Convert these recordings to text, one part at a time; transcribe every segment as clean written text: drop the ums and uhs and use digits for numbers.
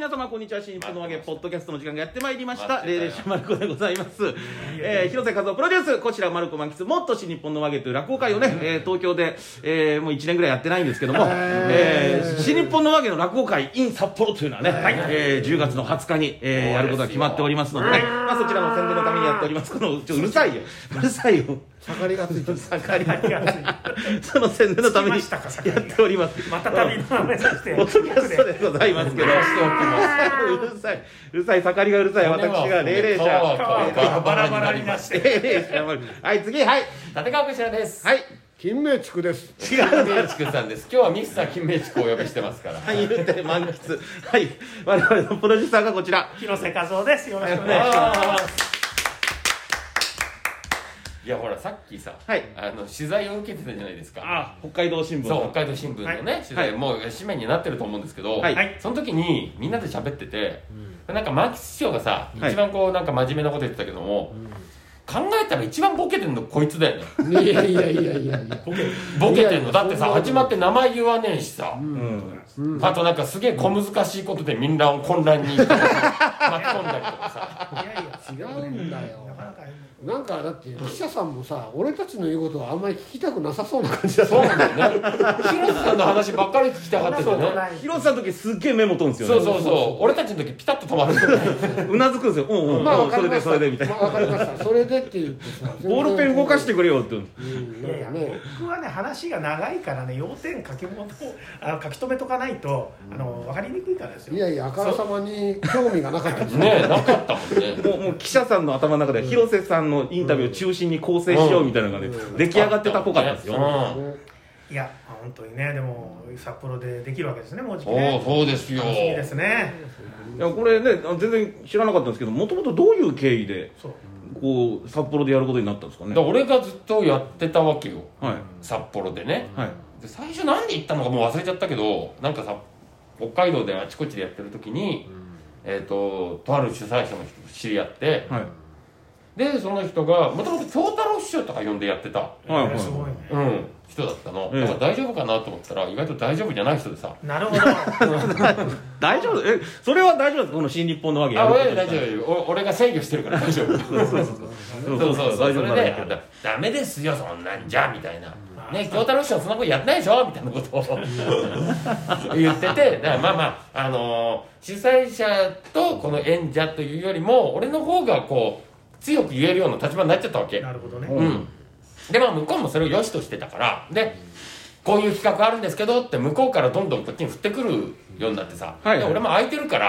皆様こんにちは。新日本のわけポッドキャストの時間がやってまいりました。霊霊者マルコでございます。広瀬和夫プロデュース、こちらマルコ満喫もっと新日本のわけという落語会をね、東京で、もう1年ぐらいやってないんですけども、新日本のわけの落語会 in 札幌というのはね、10月の20日に、やることが決まっておりますのでね、まあ、そちらの宣伝のためにやっております。うるさいよ盛りがついてる。 その宣伝のためにやっております。 また旅の名前させてポッドキャストでございますけど、うるさい盛りがうるさい私が霊霊者バラバラになして霊霊者はい、次、はい、 立川こちらです。 はい、 金明地区です。 違う金明地区さんです。今日はミスター金明地区をお呼びしてますから。 はい、言うて満喫。はい、我々のプロデューサーがこちら、 広瀬和夫です。よろしくお願いします。 いやほらさっきさ、 はい、 取材を受けてたじゃないですか。 北海道新聞。 そう、北海道新聞のね、取材、もう紙面になってると思うんですけど、その時にみんなで喋ってて、なんか満喫師匠がさ、一番こうなんか真面目なこと言ってたけども、考えたら一番ボケてんのこいつだよね。 いやボケてんのだってさ、始まって名前言わねえしさ、あとなんかすげえ小難しいことでみんなを混乱に巻き込んだりとかさ。 いや違うんだよ。なんかだって記者さんもさ、俺たちの言うことはあんまり聞きたくなさそうな感じだった。 そうなんだよね。広瀬さんの話ばっかり聞きたかったよね。 広瀬さんの時すっげえメモ取るんですよね。 そう俺たちの時ピタッと止まるんうなずくんですよ。 まあそれでみたいな。 わかりました。それでって言ってさ、 ボールペン動かしてくれよって。 僕はね、話が長いからね、要点書き留めとかないと分かりにくいからですよ。 いやいや、あからさまに興味がなかったですね。なかったもんね。 もう記者さんの頭の中で広瀬さんのインタビューを中心に構成しようみたいなのがね、出来上がってたっぽかったですよ。 いや本当にね、でも札幌でできるわけですね、もうじきね。 そうですよ。 楽しみですね。 いやこれね、全然知らなかったんですけど、もともとどういう経緯でこう札幌でやることになったんですかね。 俺がずっとやってたわけよ、 はい、 札幌でね、 はい、 で最初なんで行ったのかもう忘れちゃったけど、なんかさ北海道であちこちでやってる時に、とある主催者の人と知り合って、はい、でその人がもともと京太郎師匠とか呼んでやってた、 すごいね、 人だったの。だから大丈夫かなと思ったら意外と大丈夫じゃない人でさ。 なるほど。 大丈夫？それは大丈夫ですか？この新日本のわけやること。 大丈夫。俺が制御してるから大丈夫。そうそれでダメですよそんなんじゃみたいなね、京太郎師匠そんなことやってないでしょみたいなことを言ってて、だから主催者とこの演者というよりも俺の方がこう強く言えるような立場になっちゃったわけ。 なるほどね。 で向こうもそれを良しとしてたから、でこういう企画あるんですけどって向こうからどんどんこっちに振ってくるようになってさ、で俺も空いてるから、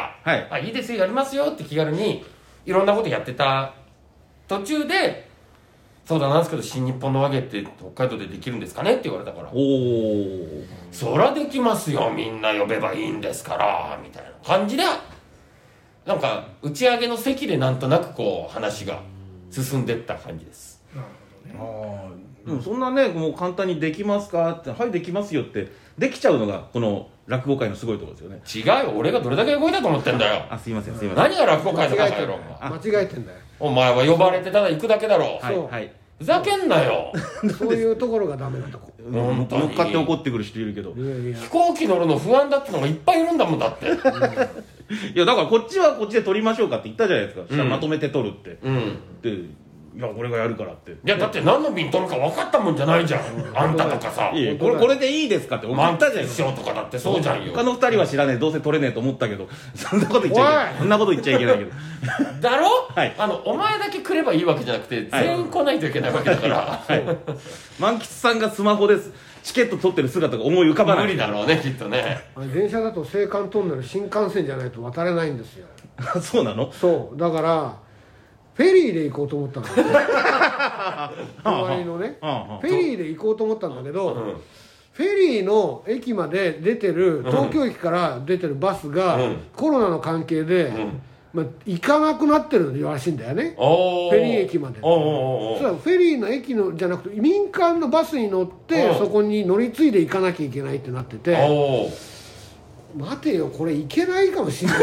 いいですよやりますよって気軽にいろんなことやってた途中で、そうだなんですけど新日本のわけって北海道でできるんですかねって言われたから、そらできますよみんな呼べばいいんですからみたいな感じで、なんか打ち上げの席でなんとなくこう話が進んでった感じです。 でもそんなね、もう簡単にできますかって、はいできますよってできちゃうのがこの落語界のすごいところですよね。 違うよ、俺がどれだけ動いたと思ってんだよ。 すいません。 何が落語界のバカ野郎。 間違えてんだよ。 お前は呼ばれてただ行くだけだろ。 はい。 ふざけんなよ。 そういうところがダメなとこ。 乗っかって怒ってくる人いるけど、 飛行機乗るの不安だってのがいっぱいいるんだもんだって。 いやだからこっちはこっちで撮りましょうかって言ったじゃないですか。そしたらまとめて撮るって。で。いや俺がやるからって。いやだって何の便取るか分かったもんじゃないじゃん。あんたとかさ。 これでいいですかって思ったじゃないですか。 満喫師匠とかだってそうじゃんよ。 他の二人は知らねえ、どうせ取れねえと思ったけど、そんなこと言っちゃいけない。そんなこと言っちゃいけないけど。 だろ？ はい。 お前だけ来ればいいわけじゃなくて、全員来ないといけないわけだから。 満喫さんがスマホです。チケット取ってる姿が思い浮かばない。 無理だろうねきっとね。 電車だと青函トンネル新幹線じゃないと渡れないんですよ。 そうなの？ そうだからフェリーで行こうと思ったんだよ。隣のね、フェリーで行こうと思ったんだけど、フェリーの駅まで出てる東京駅から出てるバスがコロナの関係で、行かなくなってるらしいんだよね、フェリー駅まで。そしたらフェリーの駅のじゃなくて民間のバスに乗ってそこに乗り継いで行かなきゃいけないってなってて、待てよこれ行けないかもしれない。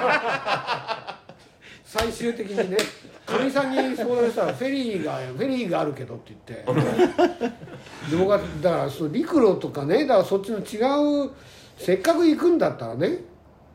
最終的にね、かみさんに相談したらフェリーがあるけどって言ってで僕はだから陸路とかね、だからそっちの違う、せっかく行くんだったらね、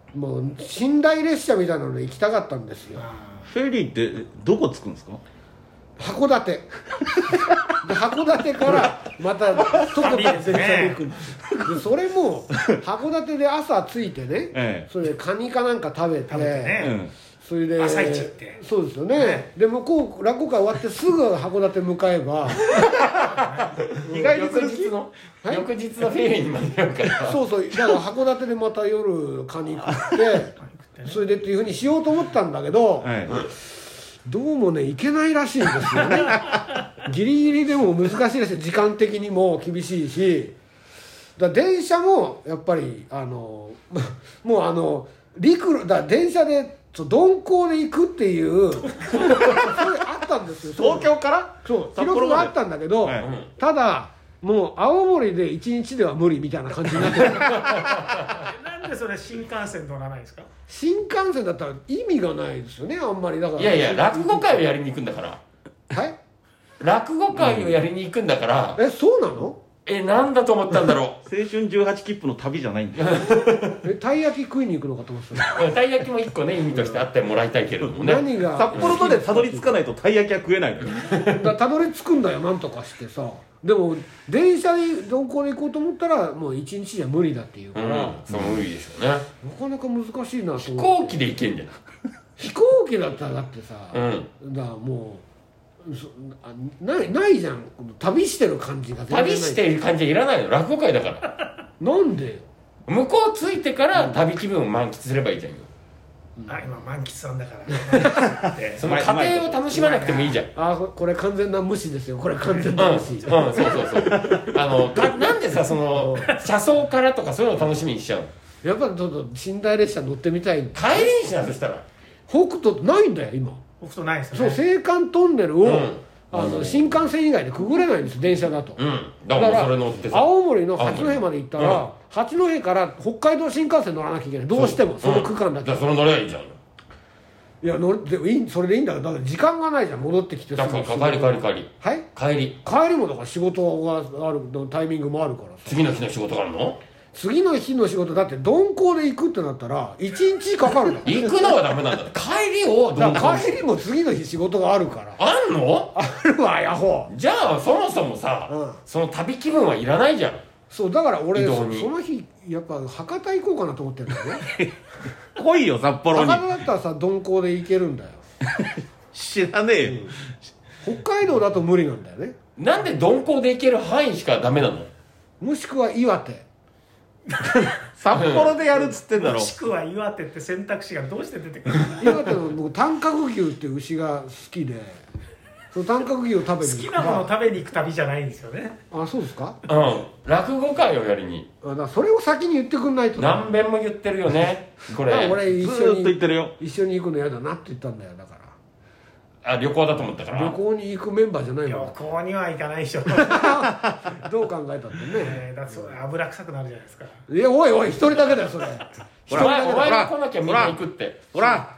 もう寝台列車みたいなので行きたかったんですよ。 フェリーってどこ着くんですか？ 函館で函館からまた外から電車で行くんですよ。でそれも函館で朝着いてね、それでカニかなんか食べてね、それで朝一行って、 そうですよね、で向こう落語会終わってすぐ函館向かえば意外に翌日のフェリーに間に合うからそうそう、だから函館でまた夜カニ食ってそれでっていうふうにしようと思ったんだけど、どうもね行けないらしいんですよねギリギリでも難しいらしい、時間的にも厳しいし、だ電車もやっぱりもう陸路だ、電車で鈍行で行くっていうそれあったんですよ東京から。 そう記録があったんだけど、ただもう青森で1日では無理みたいな感じになってるなんでそれ新幹線乗らないんですか？ 新幹線だったら意味がないですよね、あんまり。だからいやいや落語会をやりに行くんだから。 はい、 落語会をやりに行くんだから、 そうなの？ なんだと思ったんだろう。 青春18切符の旅じゃないんだよたい焼き食いに行くのかと思ってた。 たい焼きも一個ね意味としてあってもらいたいけれどもね。 何が札幌までたどり着かないとたい焼きは食えないのよたどり着くんだよなんとかしてさ。でも電車に鈍行で行こうと思ったらもう1日じゃ無理だっていうから、 そう無理でしょうね。 なかなか難しいなと思って。 飛行機で行けんじゃない。 飛行機だったらだってさ、だからもうないじゃん、旅してる感じが全然ない。 旅してる感じはいらないの、落語会だからなんでよ。 向こう着いてから旅気分を満喫すればいいじゃんよ。 今満喫さんだからその過程を楽しまなくてもいいじゃん。 これ完全な無視ですよ、これ完全な無視。 そうなんでさその車窓からとかそういうの楽しみにしちゃうの。 やっぱりちょっと寝台列車乗ってみたい。 帰りにしな、そしたら北斗ないんだよ今。 北斗ないですよね。 そう、青函トンネルを、新幹線以外でくぐれないんです、電車だと。 だからそれ乗ってさ、 青森の八戸まで行ったら、八戸から北海道新幹線乗らなきゃいけない、どうしてもその区間だけ。 それ乗ればいいじゃん。 いやそれでいいんだけど、だから時間がないじゃん、戻ってきて。 だから帰りはい帰りもだから仕事があるタイミングもあるからさ。 次の日の仕事があるの？ 次の日の仕事だって鈍行で行くってなったら1日かかるんだ行くのはダメなんだ。帰りをだから帰りも次の日仕事があるから。 あんの？ あるわヤホー。 じゃあそもそもさ、その旅気分はいらないじゃん。 そうだから俺その日やっぱ博多行こうかなと思ってるんだよね来いよ札幌に。 博多だったらさ鈍行で行けるんだよ知らねえよ、 北海道だと無理なんだよね。 なんで鈍行で行ける範囲しかダメなの？ もしくは岩手札幌でやるっつってんだろ。 もしくは岩手って選択肢がどうして出てくる岩手の僕短角牛っていう牛が好きで、その短角牛を食べに好きなものを食べに行く旅じゃないんですよね。 あ、そうですか。 落語会をやりに。 だからそれを先に言ってくんないと。 何遍も言ってるよねこれ。 俺ずーっと言ってるよ。 一緒に行くの嫌だなって言ったんだよ。だから旅行だと思ったから。 旅行に行くメンバーじゃない旅の。 行には行かないでしょどう考えたってね、 だってそれ油臭くなるじゃないですか。 いやおいおい一人だけだよそれお前が来なきゃみんな行くって。 ほら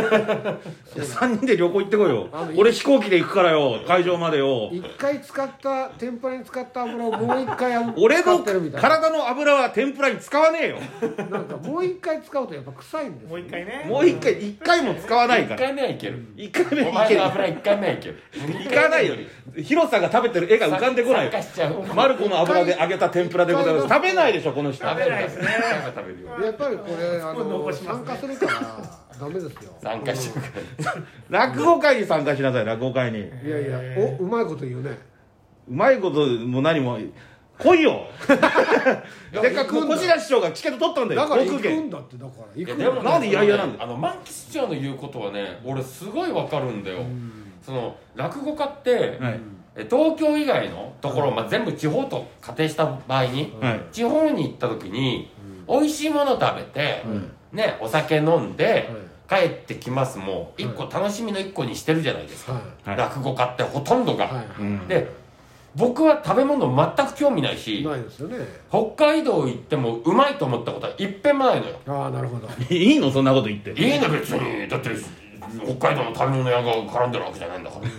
3人で旅行行ってこいよ。俺飛行機で行くからよ、会場までよ。 一回使った天ぷらに使った油をもう一回俺の使ってるみたいな。 体の油は天ぷらに使わねえよなんかもう一回使うとやっぱ臭いんですよ。 もう一回ね。 もう一回も使わないか 1 ら。 回目はいける。 1回目おいける。 前の油1回目はいける。 行かないよ。広さが食べてる絵が浮かんでこないよ。 参加しちゃう。 マルコの油で揚げた天ぷらでございます。食べないでしょこの人。 食べないですね。 食べるよ。 やっぱりこれ残しますね参加するからダメですよ。 参加してくれ。 落語会に参加しなさい。落語会に。 いやいやうまいこと言うね。 うまいことも何も来いよせっかく越田師匠がチケット取ったんだよ。 だから行航空券くんだって。だから行くんだ。 でもなんでいやいやなんだよ。 満喫市長の言うことはね、俺すごいわかるんだよ。その落語家って、東京以外のところ、全部地方と仮定した場合に、地方に行った時に、美味しいもの食べて、ね、お酒飲んで、帰ってきますもう一個楽しみの一個にしてるじゃないですか、落語家ってほとんどが。で僕は食べ物全く興味ないし、 ないですよね。 北海道行ってもうまいと思ったことは一遍もないのよ。 ああなるほど。 いいのそんなこと言って。 いいの別に。だって北海道の食べ物屋が絡んでるわけじゃないんだから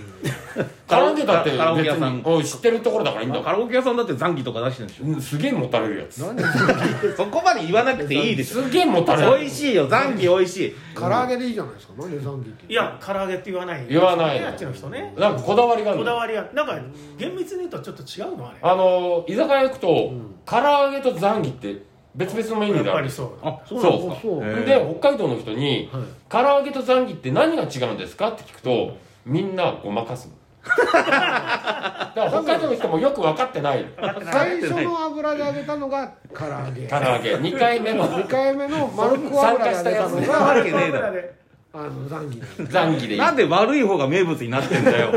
唐揚げだってカラオケ屋さん知ってるところだからいいんだもん。 カラオケ屋さんだって残機とか出してるんでしょ。 すげえもたれるやつ。 そこまで言わなくていいでしょ。 すげえもたれる。 美味しいよ、残機美味しい。 唐揚げでいいじゃないですか。何で残機って。 いや唐揚げって言わない。 言わない。 あっちの人ね。 なんかこだわりがある。 こだわりがなんか厳密に言うとちょっと違うのあれ。 居酒屋行くと唐揚げと残機って別々のメニューである。 やっぱりそう。 あ、そうなんですか。 で北海道の人に唐揚げと残機って何が違うんですかって聞くとみんなごまかすの。だから北海道の人もよく分かってない。 最初の油で揚げたのが唐揚げ。 唐揚げ。2回目の丸く油で揚げたのがわけねえだろ。 残機でいい。 なんで悪い方が名物になってんだよ。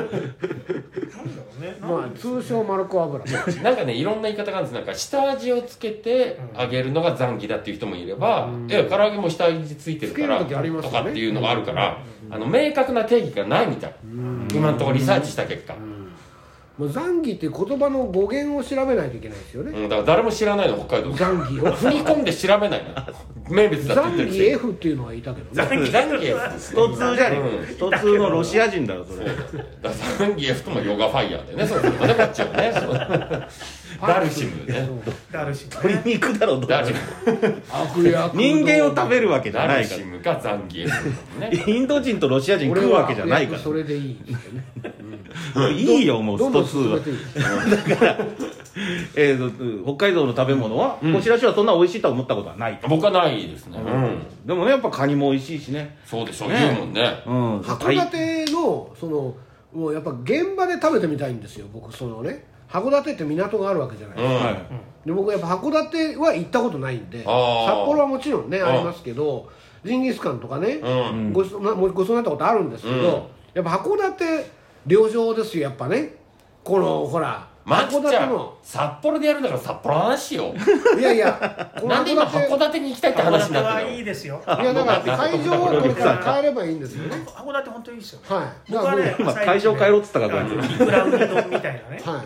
まあ通称丸く油。 なんかねいろんな言い方があるんです。なんか下味をつけて揚げるのが残機だっていう人もいれば、唐揚げも下味ついてるからとかっていうのがあるから、明確な定義がないみたい。今のところリサーチした結果。 もう残機っていう言葉の語源を調べないといけないですよね。 だから誰も知らないの北海道。 残機を踏み込んで調べないの。名物だって言ってる。 残機 F っていうのはいたけどね。 残機 F。 スト2じゃねえ。スト2のロシア人だろそれ。 残機 F ともヨガファイヤーでね。そうするとねこっちはね。ダルシムね。 ダルシム。 鶏肉だろどうダルシ人間を食べるわけじゃないから。 ダルシムか残機 F ね。 インド人とロシア人食うわけじゃないから。 それでいいですよね。 いいよもうスト2は。だから北海道の食べ物はこちらしはそんな美味しいとは思ったことはない。 僕はないですね。 でもねやっぱカニも美味しいしね。 そうでしょう言うもんね。 函館のそのもうやっぱ現場で食べてみたいんですよ。僕そのね函館って港があるわけじゃないですか。で僕やっぱ函館は行ったことないんで札幌はもちろんねありますけどジンギスカンとかねごちそうになったことあるんですけどやっぱ函館旅情ですよやっぱねこのほら函館の札幌でやるんだから札幌の話よ。 いやいやなんで今函館に行きたいって話になってるの。 いいですよ。 いやだから会場をこれから変えればいいんですよね。 函館本当にいいですよ。 はい。 僕はね今会場変えろっつったからこれ。 イクラウニ丼みたいなね。 はい。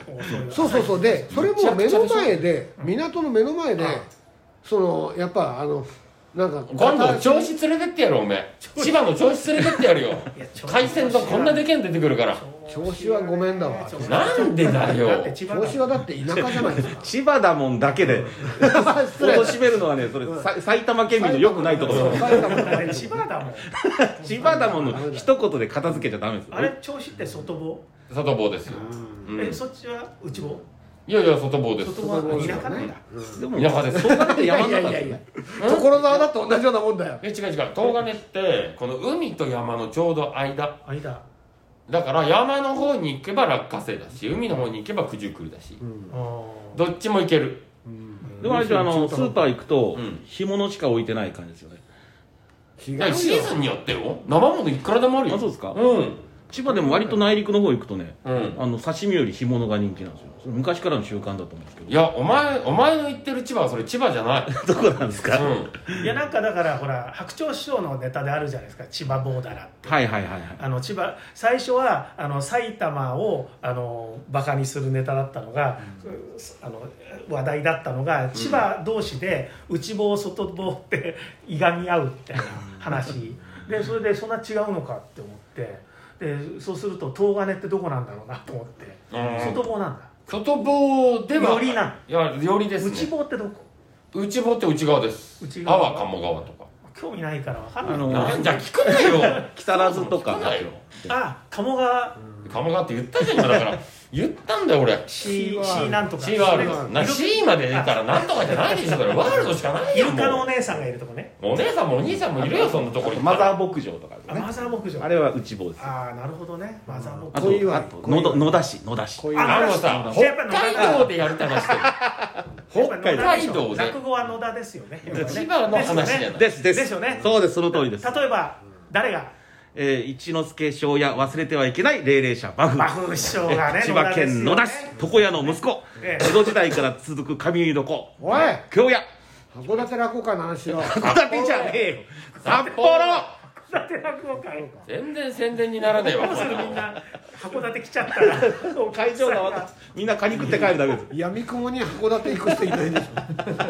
そうでそれも目の前で港の目の前でそのやっぱなんか今度銚子連れてってやろうおめえ。千葉の銚子連れてってやるよ。海鮮丼こんなでけん出てくるから。 銚子はごめんだわ。 なんでだよ。 銚子はだって田舎じゃないですか。 千葉だもんだけで貶めるのはねそれ埼玉県民の良くないところ。 千葉だもん。 千葉だもんの一言で片付けちゃダメですよ。 あれ銚子って外房？ 外房ですよ。 そっちは内房？ いやいや外房です。 外房は田舎なんだ。 でも田舎です。 東金って山の中ですね。 所沢だと同じようなもんだよ。 違う東金ってこの海と山のちょうど間。だから山の方に行けば落花生だし海の方に行けば九十九里だし、どっちも行ける。 でもあれスーパー行くと干物しか置いてない感じですよね。 シーズンによってよ生ものいくらでもあるよ。 あそうですか。千葉でも割と内陸の方行くとね刺身より干物が人気なんですよ。昔からの習慣だと思うんですけど。 いやお前の言ってる千葉はそれ千葉じゃない。 どこなんですか。 いやなんかだからほら白鳥師匠のネタであるじゃないですか千葉棒だらって。 はい千葉最初は埼玉をバカにするネタだったのが話題だったのが千葉同士で内房外房っていがみ合うみたいな話でそれでそんな違うのかって思ってでそうすると東金ってどこなんだろうなと思って外房なんだ。 外房では寄りなん。 いや寄りですね。 内房ってどこ？ 内房って内側です。阿波鴨川とか。 興味ないから分かんない。 じゃあ聞くなよ。 木更津とか。 鴨川って言ったじゃん今だから。言ったんだよ俺。 C なんとか。 C はある。C まで出たらなんとかじゃないでしょそれ。ワールドしかないよ。 イルカのお姉さんがいるとこね。 お姉さんもお兄さんもいるよそんなところに。 マザー牧場とかね。 マザー牧場。 あれは内房です。 ああなるほどね。マザー牧場。あと野田市。 さ北海道でやるって話してる。北海道で。 落語は野田ですよね。 千葉の話じゃない。 ですよね。 そうですその通りです。 例えば誰が一之輔庄屋忘れてはいけない霊々者馬風師匠がね千葉県野田市床屋の息子江戸時代から続く髪床おい京屋函館落語会の話しろ。 函館じゃねえよ札幌函館落語会全然宣伝にならねえわ。 みんな函館来ちゃったら会場がみんなカニ食って帰るだけです。 闇雲に函館行く人いないでしょ。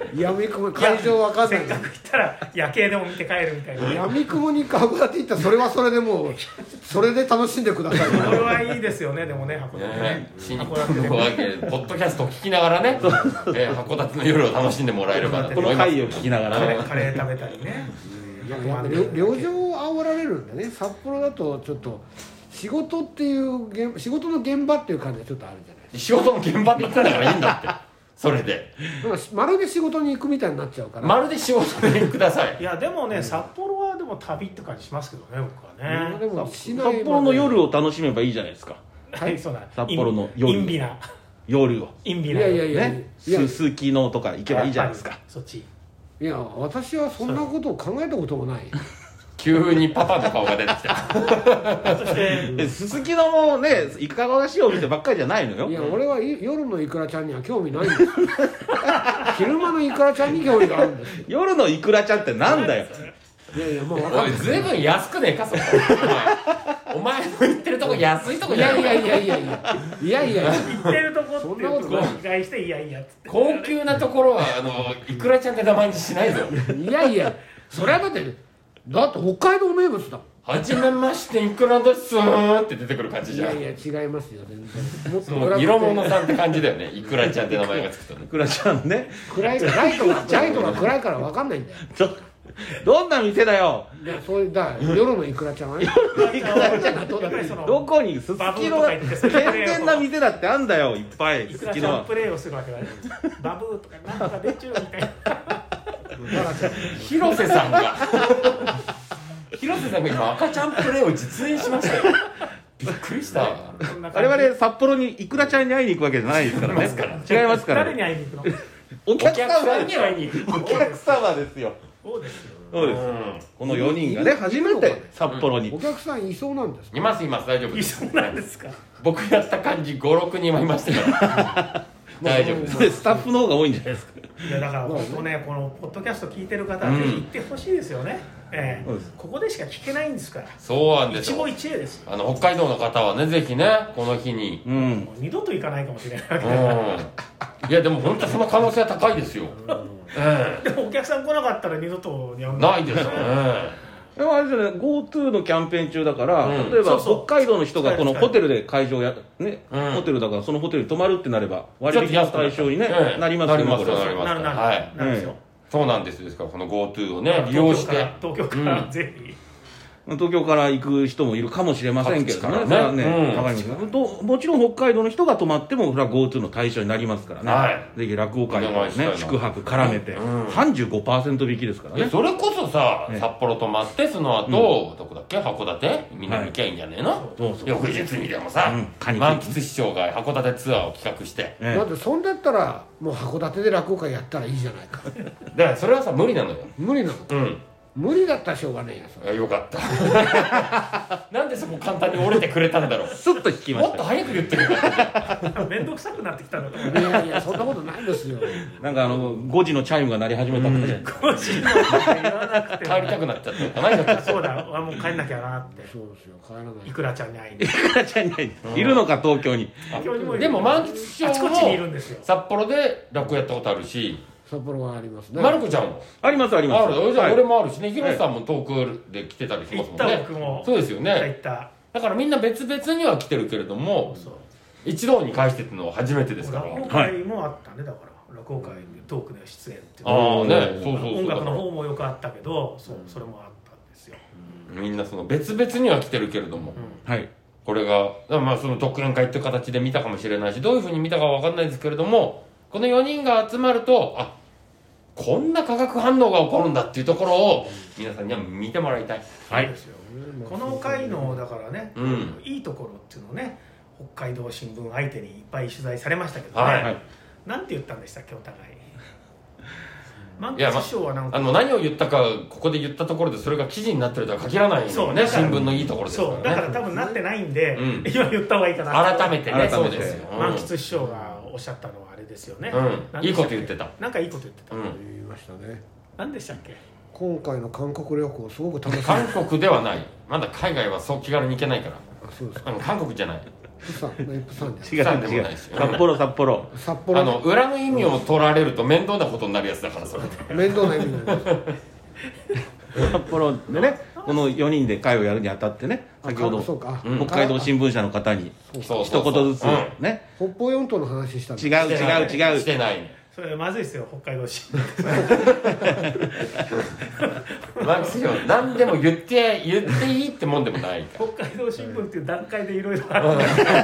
闇雲会場わかんない。 せっかく行ったら夜景でも見て帰るみたいな。 闇雲に函館行ったらそれはそれでもうそれで楽しんでください。 これはいいですよね。でもね、函館ね。 新日本のわけポッドキャストを聞きながらね、函館の夜を楽しんでもらえればなとこの思います。 回を聞きながらね。 カレー食べたりね。 旅情を煽られるんでね。札幌だとちょっと仕事っていう仕事の現場っていう感じがちょっとあるじゃない。 仕事の現場って言ったんだからいいんだって。それでまるで仕事に行くみたいになっちゃうから。 まるで仕事にください。 いやでもね、札幌はでも旅って感じしますけどね、僕はね。 でも札幌の夜を楽しめばいいじゃないですか。 はい、そうだ。 札幌の夜陰微な夜を陰微な。 いやね、すすきのとか行けばいいじゃないですか。 そっち。 いや私はそんなことを考えたこともない。 急にパパの顔が出てきた。 そしてすすきのもね、いかがわしいお店ばっかりじゃないのよ。 いや俺は夜のイクラちゃんには興味ないんですよ。昼間のイクラちゃんに興味があるんですよ。 夜のいくらちゃんってなんだよ。 いやいやもう分かんない。 おいずいぶん安くねえかそこ。お前の言ってるとこ安いとこじゃない。 いや行ってるとこっていうところに返していやいやっつって。 高級なところはいくらちゃんって名前にしないぞ。 いやそれはだって北海道名物だもん。 はじめましていくらですーって出てくる感じじゃん。 いや違いますよ全然。もっともう色物さんって感じだよね。いくらちゃんって名前がつくとね。 いくらちゃんね。 暗いライトが暗いから分かんないんだよ。 どんな店だよ。 いやそういう夜のイクラちゃんはね。 どこにすすきのが健全な店だってあんだよ、いっぱい。 いくらちゃんプレイをするわけだね。バブーとかなんか出ちゅうみたいな。 広瀬さんが今赤ちゃんプレイを実演しましたよ。びっくりした。 我々札幌にいくらちゃんに会いに行くわけじゃないですからね。違いますから。 誰に会いに行くの？ お客さんに会いに行く。 お客様ですよ。 そうですよ。 そうです。この4人がね、初めて札幌に。 お客さんいそうなんですか？ います大丈夫です。 そうなんですか。 僕やった感じ5、6人はいましたから大丈夫です。 それスタッフの方が多いんじゃないですか。 いやだから本当ね、このポッドキャスト聞いてる方はぜひ行ってほしいですよね。ここでしか聞けないんですから。 そうなんですよ。 一期一会ですよ。 北海道の方はね、ぜひねこの日に。 もう二度と行かないかもしれないわけだ。 いやでも本当その可能性は高いですよ。 でもお客さん来なかったら二度とやんないですよね。 でもあれじゃない、 GoTo のキャンペーン中だから、例えば北海道の人がこのホテルで会場やね、ホテルだからそのホテルに泊まるってなれば割引の対象にねなりますよね。 なるですよ。 そうなんです。ですからこの GoTo をね利用して東京からぜひ。 東京から行く人もいるかもしれませんけどね。それはね、わかります。もちろん北海道の人が泊まってもそれは GoTo の対象になりますからね。ぜひ落語会のね宿泊絡めて 35% 引きですからね。 それこそさ、札幌泊まってその後どこだっけ、函館みんな行きゃいいんじゃねえの。翌日にでもさ満喫師匠が函館ツアーを企画して。 だってそんだったらもう函館で落語会やったらいいじゃないか。 だからそれはさ無理なのよ。 無理なの。無理だったらしょうがねえやそれ。 よかったなんでそこ簡単に折れてくれたんだろう。 スッと引きました。 もっと早く言ってくれた。 面倒くさくなってきたのか。 いやそんなことないですよ。 なんか5時のチャイムが鳴り始めたんで 5時の言わなくて帰りたくなっちゃったかな。 そうだ、もう帰んなきゃなって。 そうですよ、帰らない。 いくらちゃんに会いに。 いくらちゃんにいるのか東京に。 でも満喫師匠もあちこちにいるんですよ。 札幌で落語やったことあるし、 札幌はありますね。 マルコちゃんもありますあります。 じゃあ俺もあるしね。広瀬さんも遠くで来てたりしますもんね。 僕もそうですよね。 行った。 だからみんな別々には来てるけれども、一堂に会してっていうのは初めてですから。 落語会もあったね。だから落語会でトークで出演っていう。 ああね、そう音楽の方もよくあったけど、それもあったんですよ。 みんなその別々には来てるけれども、 はいこれがまあその独演会っていう形で見たかもしれないし、どういうふうに見たかは分かんないですけれども、この4人が集まるとこんな化学反応が起こるんだっていうところを皆さんには見てもらいたい。 はい。この回のだからね、いいところっていうのをね、北海道新聞相手にいっぱい取材されましたけどね。なんて言ったんでしたっけお互い。満喫師匠はなんか何を言ったかここで言ったところでそれが記事になってるとは限らないのよね。新聞のいいところですからね。 そうだから多分なってないんで、今言った方がいいかな。 改めてね。そうですよ。 満喫師匠がおっしゃったのはあれですよね。 いいこと言ってた。 なんかいいこと言ってた。 言いましたね。 何でしたっけ。 今回の韓国旅行すごく楽しみ。 韓国ではない、まだ海外はそう気軽に行けないから。 あ、そうですか。 韓国じゃない、 プサンじゃない。 違う札幌札幌。 裏の意味を取られると面倒なことになるやつだから、それ面倒な意味になります。 札幌でね、この4人で会をやるにあたってね、先ほど北海道新聞社の方に一言ずつね、 北方四島の話したんで。 違うしてない。 それまずいですよ、北海道新聞。 何でも言っていいってもんでもないから。 北海道新聞っていう段階でいろいろある。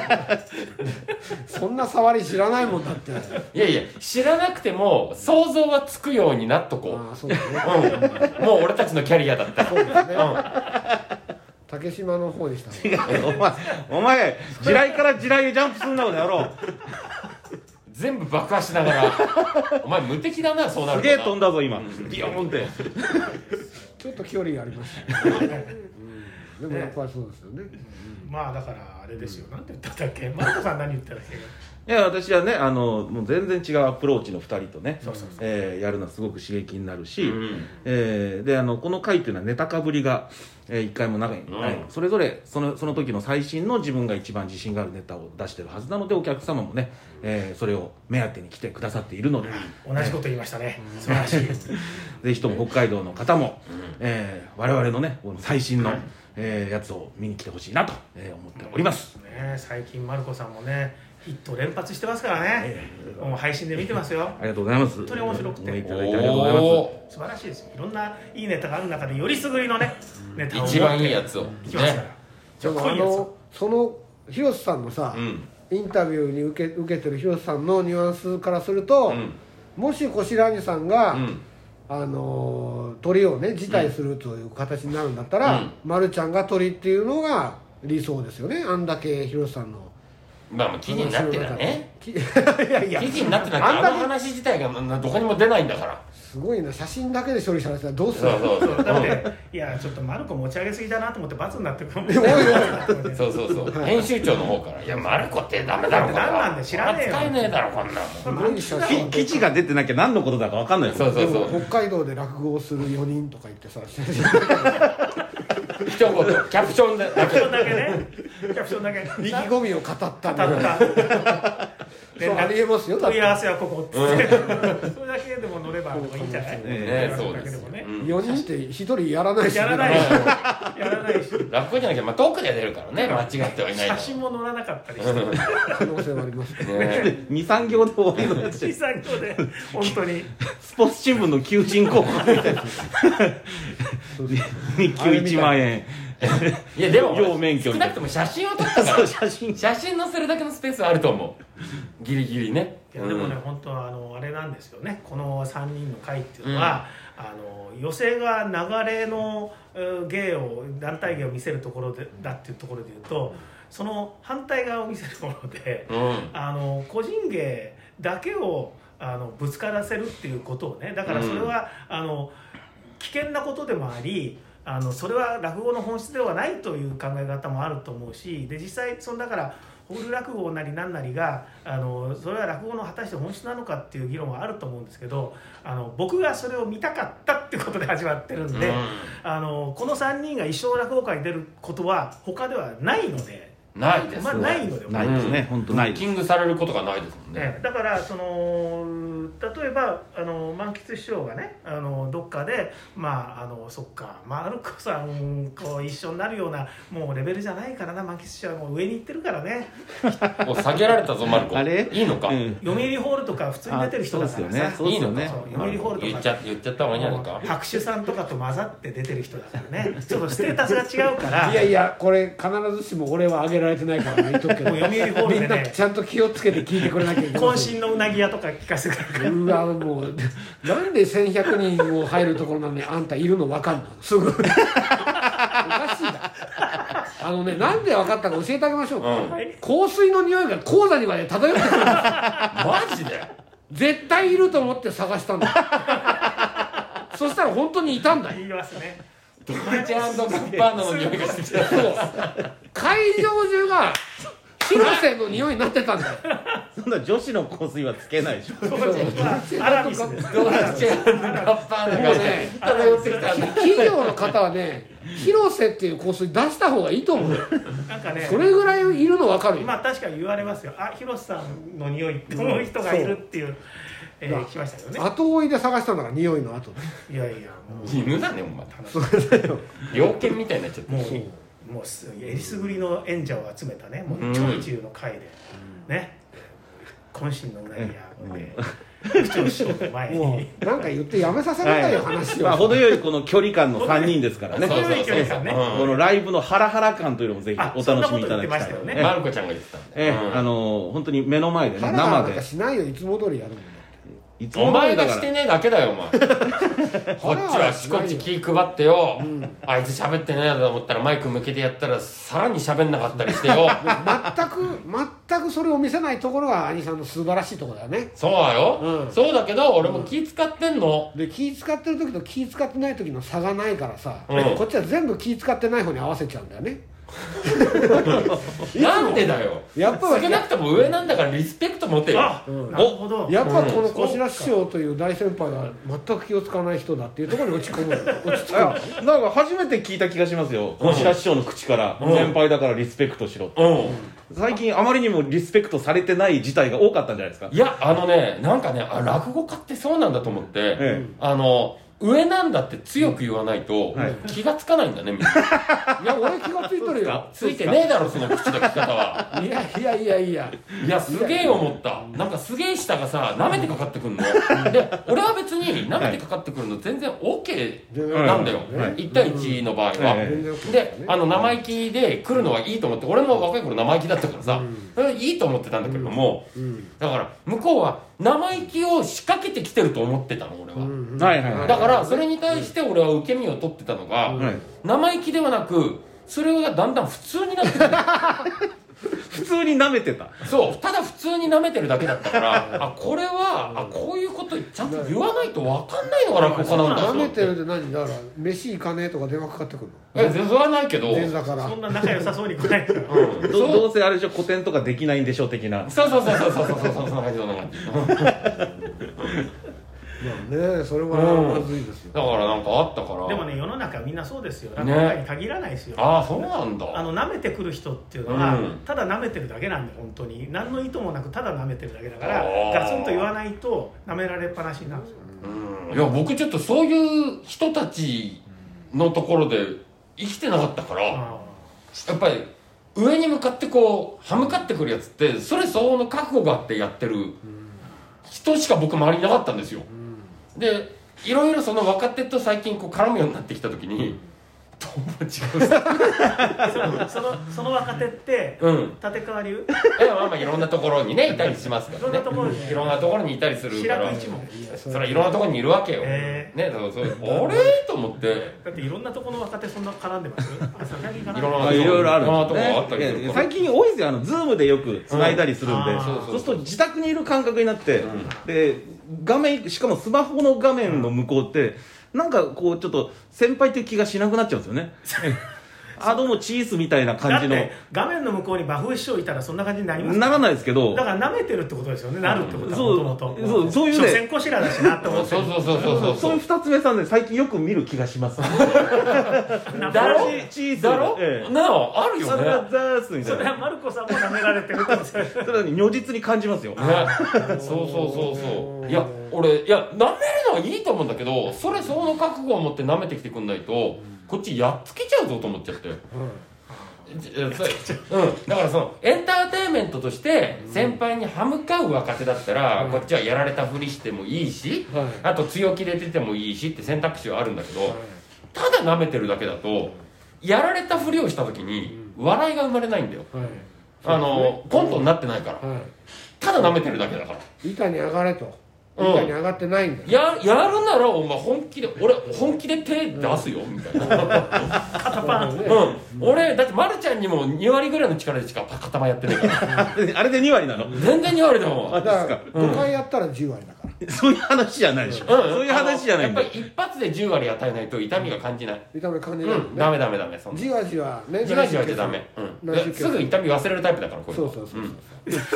そんな触り知らないもんだって。 いやいや、知らなくても想像はつくようになっとこう。 ああ、そうですね。 もう俺たちのキャリアだったら。 そうですね。竹島の方でした。 違う、お前地雷から地雷へジャンプすんなことやろう。 全部爆破しながらお前無敵だな、そうなるとな。 すげえ飛んだぞ今、ビヨーンって。 ちょっと距離がありましたね。でもやっぱりそうですよね。 まあだからあれですよ、なんて言ったんだっけ、マルコさん何言ったんだっけ。 いや、私はね、もう全然違うアプローチの2人とね、やるのはすごく刺激になるし、でこの回っていうのはネタかぶりが1回もない、それぞれその時の最新の自分が一番自信があるネタを出してるはずなので、お客様もね、それを目当てに来てくださっているので、 同じこと言いましたね、素晴らしい。 ぜひとも北海道の方も、我々のね最新のやつを見に来てほしいなと思っております。 最近マルコさんもねヒット連発してますからね、もう配信で見てますよ。 ありがとうございます。 本当に面白くて、 いただいてありがとうございます。 素晴らしいですよ。いろんないいネタがある中でよりすぐりのねネタを一番いいやつをいきますから。 でもその広瀬さんのさ、インタビューに受けてる広瀬さんのニュアンスからすると、もし小白兄さんが、鳥をね辞退するという形になるんだったら、丸ちゃんが鳥っていうのが理想ですよね。あんだけ広瀬さんのまあ記事になってたね。 いやいや、 記事になってなくて、あの話自体がどこにも出ないんだから。 すごいな、写真だけで処理されてたらどうするの。 そうだって、いやちょっとマルコ持ち上げすぎだなと思って罰になってくるもんね。 そう編集長の方から、いやマルコってダメだろ、こんな何なんで知らねえよ、 使えねえだろこんなもん。 記事が出てなきゃ何のことだか分かんないです。 でも北海道で落語をする4人とか言ってさ、 一言キャプションだけね、キャプションだけ意気込みを語ったんだ。そうありえますよ。 問い合わせはここっつって、それだけでも乗ればいいんじゃない。 そうです。 4人って1人やらないし、 やらないし、 落語じゃなきゃトークで出るからね、間違ってはいない。 写真も載らなかったりして、 可能性はありますね。 2、3行で終わりのやつ。 2、3行で本当にスポーツ新聞の求人広告みたいな。日給1万円。 いやでも要免許少なくとも写真を撮ったから写真載せるだけのスペースはあると思う、ギリギリね。 いやでもね、本当はあれなんですよね、この3人の会っていうのは、寄席が流れの芸を団体芸を見せるところでだっていうところでいうと、その反対側を見せるもので、個人芸だけをぶつからせるっていうことをね、だからそれは、危険なことでもあり、それは落語の本質ではないという考え方もあると思うし、で実際だからホール落語なり何なりがそれは落語の果たして本質なのかっていう議論はあると思うんですけど、僕がそれを見たかったっていうことで始まってるんで、この3人が一生落語会に出ることは他ではないので。 ないです、 ないので、 ないですね、本当ないです。 ブッキングされることがないですもんね。 だから例えば満喫師匠がねどっかでそっかマルコさんと一緒になるようなもうレベルじゃないからな、満喫師匠はもう上に行ってるからね。 もう下げられたぞマルコ。 あれいいのか、 読売ホールとか普通に出てる人だからさ、 いいのね。 読売ホールとか言っちゃった方がいいんじゃないか。 拍手さんとかと混ざって出てる人だからね、ちょっとステータスが違うから。 いやこれ必ずしも俺は上げられてないからね、言っとくけど、 読売ホールでね、 みんなちゃんと気をつけて聞いてくれなきゃいけない。 渾身のうなぎ屋とか聞かせてくれる。 うわもうなんで1100人も入るところなのにあんたいるの分かんのすぐおかしいだ。なんで分かったか教えてあげましょうか、香水の匂いが講座にまで漂ってくるんです。 マジで絶対いると思って探したんだ。そしたら本当にいたんだよ。 言いますね。 ドルチェ&ガッバーナの匂いがしてきた。 会場中が広瀬の匂いになってたんだよ。 そんな女子の香水はつけないでしょ。 アラビスです。 ドルチェ&ガッパーナがね漂ってきたんだ。 企業の方はね、広瀬っていう香水出した方がいいと思う。 なんかね、 それぐらいいるの分かるよ。 まあ確かに言われますよ。あ、広瀬さんの匂いって思う人がいるっていう、聞きましたけどね。 後追いで探したんだから匂いの後で。 いやいや、 犬だねお前。猟犬みたいになっちゃって。 もうえりすぐりの演者を集めたね、もう超一流の会で、ね、渾身のうなぎや区長師匠の前になんか言ってやめさせなさいよ、話を。 まあ程よいこの距離感の3人ですからね。 そうそうそうそう。 このライブのハラハラ感というのもぜひお楽しみいただきたい。 マルコちゃんが言ってたんで。 本当に目の前でね、生で。 しないよ、いつも通りやるもん。 お前がしてねえだけだよお前。こっちはあちこち気配ってよ、あいつ喋ってねえと思ったらマイク向けてやったらさらに喋んなかったりしてよ。 全くそれを見せないところが兄さんの素晴らしいところだよね。 そうだよ、そうだけど俺も気使ってんの、 で気使ってる時と気使ってない時の差がないからさ、こっちは全部気使ってない方に合わせちゃうんだよね。 なんでだよ。 やっぱ少なくとも上なんだからリスペクト持てよ。 なるほど。 やっぱこの小白師匠という大先輩が全く気を使わない人だっていうところに落ち込む。 なんか初めて聞いた気がしますよ、小白師匠の口から先輩だからリスペクトしろって。最近あまりにもリスペクトされてない事態が多かったんじゃないですか。 いやなんかね、落語家ってそうなんだと思って、上なんだって強く言わないと気がつかないんだねみんな。 いや俺気がついとるよ。 ついてねえだろその口の利き方は。いやすげえ思った。なんかすげえ舌がさ舐めてかかってくるので、俺は別に舐めてかかってくるの全然 OK なんだよ、1対1の場合は。で生意気で来るのはいいと思って、俺も若い頃生意気だったからさ、それはいいと思ってたんだけども、だから向こうは生意気を仕掛けてきてると思ってたの俺は。だからそれに対して俺は受け身を取ってたのが、生意気ではなくそれがだんだん普通になってくる。 普通に舐めてた。 そう、ただ普通に舐めてるだけだったから、これはこういうことちゃんと言わないと分かんないのが落語家なんだよ。 舐めてるって何だから、飯行かねえとか電話かかってくるの？全然はないけど、 そんな仲良さそうに来ないから。 どうせあれでしょ、古典とかできないんでしょ的な。 そうそんな感じ。 まあね、それはまずいですよ。 だからなんかあったから。 でもね、世の中みんなそうですよ。落語家に限らないですよ。 ああ、そうなんだ。 舐めてくる人っていうのは、ただ舐めてるだけなんで、本当に何の意図もなくただ舐めてるだけだから、ガツンと言わないと舐められっぱなしになるんですよ。 いや僕ちょっとそういう人たちのところで生きてなかったから、やっぱり上に向かってこう歯向かってくるやつってそれ相応の覚悟があってやってる人しか僕周りにいなかったんですよ。でいろいろその若手と最近こう絡むようになってきた時に、どうも違うその若手って立川流まあいろんなところにねいたりしますからね。いろんなところにいたりするから、それはいろんなところにいるわけよ。ね、あれと思って。 だっていろんなところの若手そんな絡んでます？ いろいろあるんですね。最近多いですよ、ズームでよく繋いだりするんで、そうすると自宅にいる感覚になって、で画面、しかもスマホの画面の向こうってなんかこうちょっと先輩っていう気がしなくなっちゃうんですよね。どうもチースみたいな感じの。 だって画面の向こうに馬風師匠いたらそんな感じになりますならないですけど、 だから舐めてるってことですよね。なるってことはそういうね、 所詮こしらだしなって思って。 そういう二つ目さんで最近よく見る気がします。 だろチースだろ、あるよね。 それはマルコさんも舐められてるってことですよね。 それは如実に感じますよ。 そういや俺舐めるのはいいと思うんだけど、それ相応の覚悟を持って舐めてきてくんないとこっちやっつけちゃうぞと思っちゃって、だからそのエンターテインメントとして先輩に歯向かう若手だったら、こっちはやられたふりしてもいいし、あと強気で出てもいいしって選択肢はあるんだけど、ただ舐めてるだけだとやられたふりをした時に笑いが生まれないんだよ。コントになってないから、ただ舐めてるだけだから。 板に上がれと。板に上がってないんだよ。 やるならお前俺本気で手出すよみたいな。 肩パン。 俺だってマルちゃんにも2割ぐらいの力でしか塊やってないからあれで2割なの？ 全然2割だもん。 だから5回やったら10割だから、 そういう話じゃないでしょ、そういう話じゃないんだ。 やっぱり一発で10割与えないと痛みが感じない。 痛み感じないもんね。 ダメそんなじわじわね、 じわじわじゃダメ。すぐ痛み忘れるタイプだからこれ。 そう。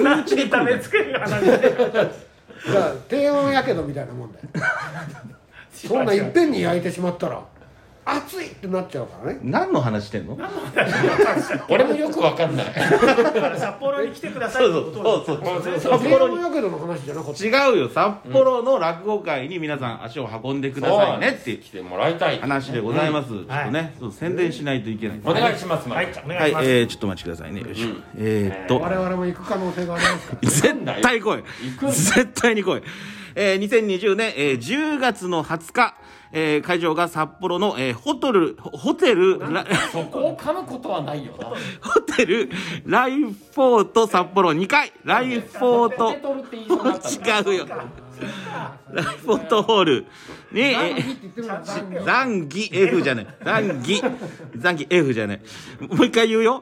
なんで痛めつける話でだから低温やけどみたいなもんだよそんないっぺんに焼いてしまったら熱いってなっちゃうからね。 何の話してんの？ 俺もよくわかんない札幌に来てくださいってことそう札幌やけどの話じゃなかった。 違うよ、札幌の落語会に皆さん足を運んでくださいねって来てもらいたい話でございます。ちょっとね、宣伝しないといけない。 お願いします。 はい、お願いします。 ちょっとお待ちくださいね。よいしょ。 我々も行く可能性がありますから絶対来い。絶対に来い。2020年10月の20日、会場が札幌のホテルそこを噛むことはないよな。 ホテルライフォート札幌2階ライフォート違うよライフォートホールに残儀 F じゃない残儀 F じゃないもう一回言うよ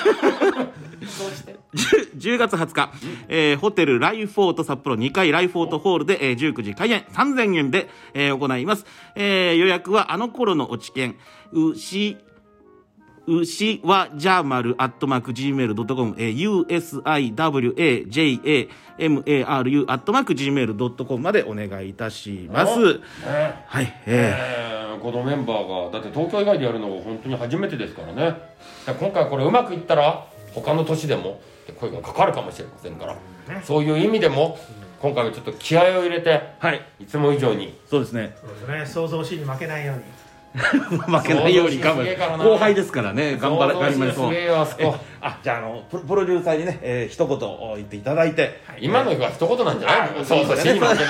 10月20日、ホテルライフォート札幌2階ライフォートホールで、19時開演3000円で、行います。予約はあの頃の落研牛はジャーマル@gmail.com usiwajamaru@gmail.com までお願いいたします。はい。 このメンバーがだって東京以外でやるの本当に初めてですからね。今回これうまくいったら他の都市でも声がかかるかもしれませんから、そういう意味でも今回はちょっと気合を入れて、いつも以上にそうですね創造主義に負けないように負けないように頑張る。後輩ですからね、頑張りましょう。じゃあプロデューサーにね、一言言っていただいて。 今のが一言なんじゃないの？そうそう、死に負けない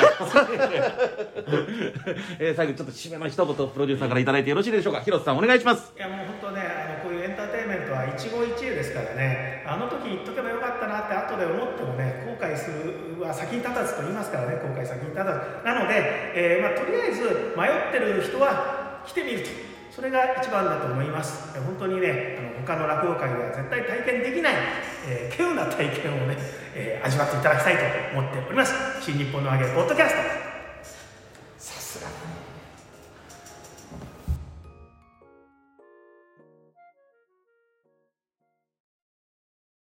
最後ちょっと締めの一言プロデューサーからいただいてよろしいでしょうか。広瀬さんお願いします。 いやもう本当ね、こういうエンターテインメントは一期一会ですからね、あの時言っとけばよかったなって後で思ってもね、後悔するは先に立たずと言いますからね、後悔先に立たずなので、とりあえず迷ってる人は来てみると、それが一番だと思います。本当にね、他の落語会では絶対体験できない、稀有な体験をね、味わっていただきたいと思っております。新日本の揚げポッドキャスト